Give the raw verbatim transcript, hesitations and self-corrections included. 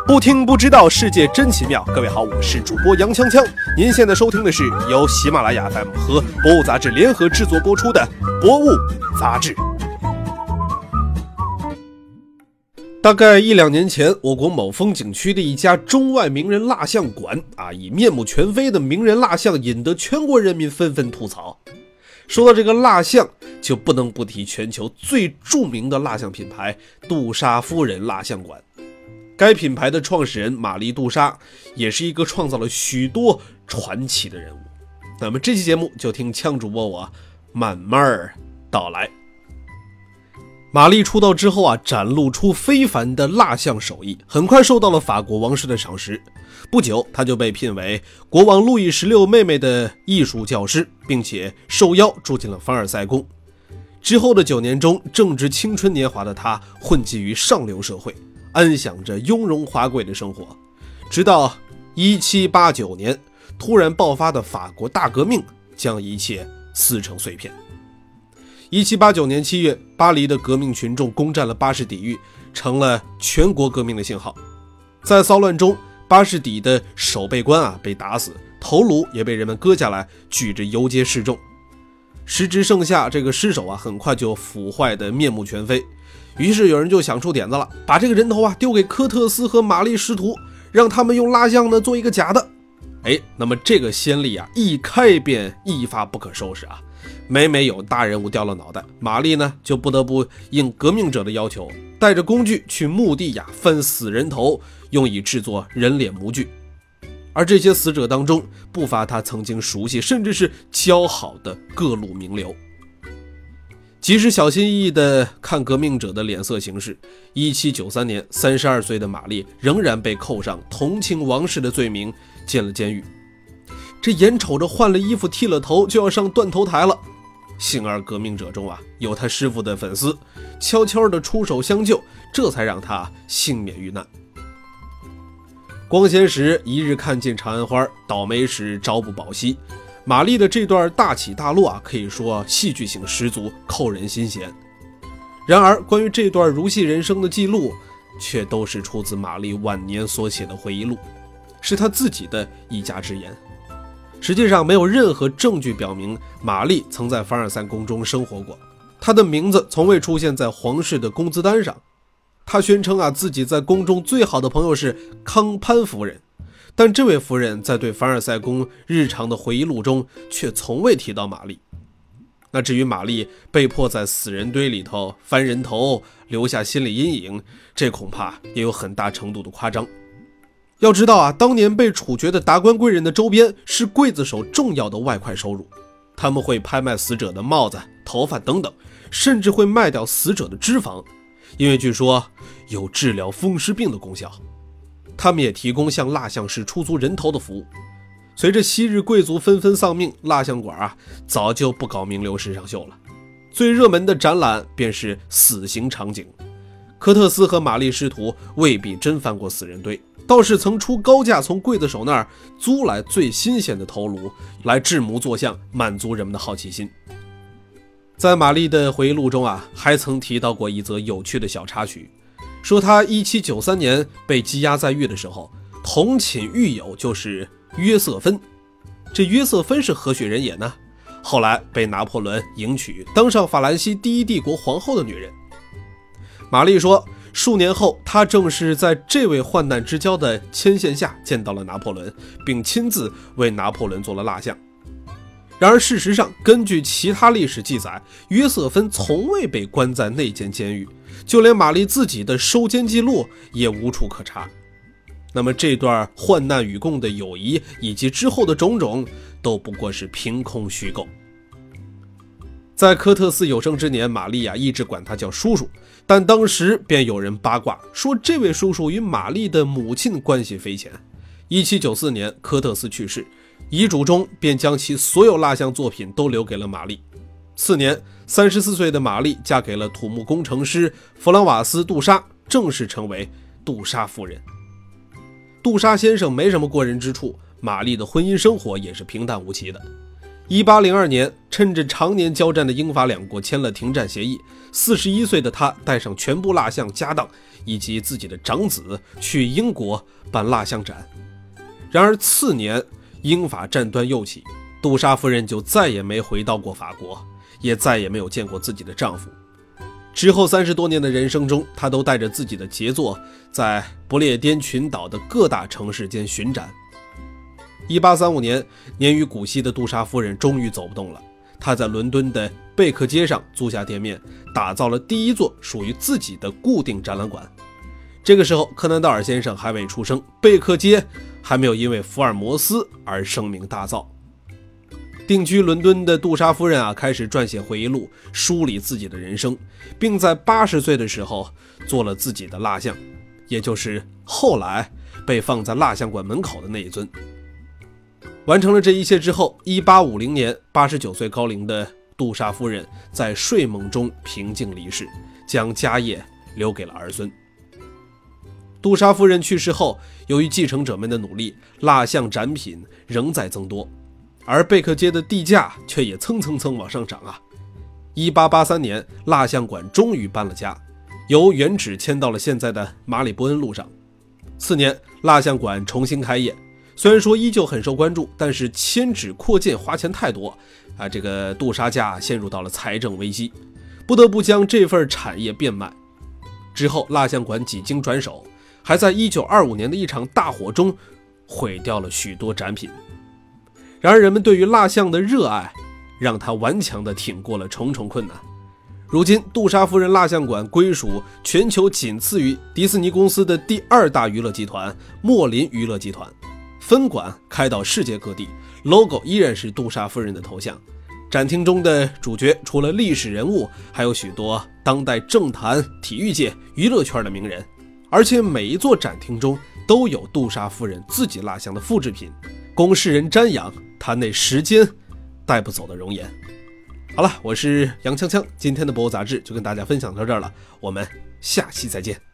不听不知道，世界真奇妙。各位好，我是主播杨锵锵。您现在收听的是由喜马拉雅 F M 和博物杂志联合制作播出的《博物杂志》。大概一两年前，我国某风景区的一家中外名人蜡像馆啊，以面目全非的名人蜡像引得全国人民纷纷吐槽。说到这个蜡像，就不能不提全球最著名的蜡像品牌杜莎夫人蜡像馆。该品牌的创始人玛丽·杜莎也是一个创造了许多传奇的人物。那么这期节目就听枪主播我慢慢道来。玛丽出道之后啊，展露出非凡的蜡像手艺，很快受到了法国王室的赏识。不久，她就被聘为国王路易十六妹妹的艺术教师，并且受邀住进了凡尔赛宫。之后的九年中，正值青春年华的她混迹于上流社会，安享着雍容华贵的生活。直到一七八九年，突然爆发的法国大革命将一切撕成碎片。一七八九年七月，巴黎的革命群众攻占了巴士底狱，成了全国革命的信号。在骚乱中，巴士底的守备官啊被打死，头颅也被人们割下来，举着游街示众。时值盛夏，这个尸首啊很快就腐坏的面目全非。于是有人就想出点子了，把这个人头啊丢给科特斯和玛丽师徒，让他们用蜡像呢做一个假的。哎，那么这个先例啊一开便一发不可收拾啊。每每有大人物掉了脑袋，玛丽呢就不得不应革命者的要求，带着工具去墓地呀翻死人头，用以制作人脸模具。而这些死者当中不乏他曾经熟悉甚至是交好的各路名流。即使小心翼翼地看革命者的脸色行事，一七九三年三十二岁的玛丽仍然被扣上同情王室的罪名，进了监狱。这眼瞅着换了衣服剃了头就要上断头台了，幸而革命者中啊有他师父的粉丝，悄悄地出手相救，这才让他幸免于难。光贤时一日看尽长安花，倒霉时朝不保夕。玛丽的这段大起大落啊，可以说戏剧性十足，扣人心弦。然而关于这段如戏人生的记录，却都是出自玛丽晚年所写的回忆录，是她自己的一家之言。实际上没有任何证据表明玛丽曾在凡尔赛宫中生活过，她的名字从未出现在皇室的工资单上。她宣称啊，自己在宫中最好的朋友是康潘夫人，但这位夫人在对凡尔赛宫日常的回忆录中却从未提到玛丽。那至于玛丽被迫在死人堆里头翻人头，留下心理阴影，这恐怕也有很大程度的夸张。要知道啊，当年被处决的达官贵人的周边是刽子手重要的外快收入，他们会拍卖死者的帽子、头发等等，甚至会卖掉死者的脂肪，因为据说有治疗风湿病的功效。他们也提供向蜡像师出租人头的服务。随着昔日贵族纷纷丧命，蜡像馆啊早就不搞名流时尚秀了，最热门的展览便是死刑场景。科特斯和玛丽师徒未必真翻过死人堆，倒是曾出高价从刽子手那儿租来最新鲜的头颅来制模作像，满足人们的好奇心。在玛丽的回忆录中啊，还曾提到过一则有趣的小插曲，说他一七九三年被羁押在狱的时候，同寝狱友就是约瑟芬。这约瑟芬是何许人也呢？后来被拿破仑迎娶，当上法兰西第一帝国皇后的女人。玛丽说，数年后她正是在这位患难之交的牵线下见到了拿破仑，并亲自为拿破仑做了蜡像。然而事实上，根据其他历史记载，约瑟芬从未被关在那间监狱，就连玛丽自己的收监记录也无处可查。那么这段患难与共的友谊以及之后的种种，都不过是凭空虚构。在科特斯有生之年，玛丽啊一直管他叫叔叔，但当时便有人八卦说这位叔叔与玛丽的母亲关系匪浅。一七九四年，科特斯去世，遗嘱中便将其所有蜡像作品都留给了玛丽。次年，三十四岁的玛丽嫁给了土木工程师弗朗瓦斯·杜莎，正式成为杜莎夫人。杜莎先生没什么过人之处，玛丽的婚姻生活也是平淡无奇的。 一八零二年，趁着常年交战的英法两国签了停战协议，四十一岁的他带上全部蜡像家当以及自己的长子去英国办蜡像展。然而次年英法战端又起，杜莎夫人就再也没回到过法国，也再也没有见过自己的丈夫。之后三十多年的人生中，她都带着自己的杰作在不列颠群岛的各大城市间巡展。一八三五年，年逾古稀的杜莎夫人终于走不动了，她在伦敦的贝克街上租下店面，打造了第一座属于自己的固定展览馆。这个时候柯南道尔先生还未出生，贝克街还没有因为福尔摩斯而声名大噪。定居伦敦的杜莎夫人啊，开始撰写回忆录，梳理自己的人生，并在八十岁的时候做了自己的蜡像，也就是后来被放在蜡像馆门口的那一尊。完成了这一切之后，一八五零年，八十九岁高龄的杜莎夫人在睡梦中平静离世，将家业留给了儿孙。杜莎夫人去世后，由于继承者们的努力，蜡像展品仍在增多，而贝克街的地价却也蹭蹭蹭往上涨啊！一八八三年，蜡像馆终于搬了家，由原址迁到了现在的马里波恩路上。次年，蜡像馆重新开业，虽然说依旧很受关注，但是迁址扩建花钱太多啊，这个杜莎家陷入到了财政危机，不得不将这份产业变卖。之后，蜡像馆几经转手，还在一九二五年的一场大火中毁掉了许多展品。然而人们对于蜡像的热爱让他顽强地挺过了重重困难。如今杜莎夫人蜡像馆归属全球仅次于迪士尼公司的第二大娱乐集团莫林娱乐集团，分馆开到世界各地， logo 依然是杜莎夫人的头像。展厅中的主角除了历史人物，还有许多当代政坛、体育界、娱乐圈的名人，而且每一座展厅中都有杜莎夫人自己蜡像的复制品，供世人瞻仰她那时间带不走的容颜。好了，我是杨锵锵，今天的博物杂志就跟大家分享到这儿了，我们下期再见。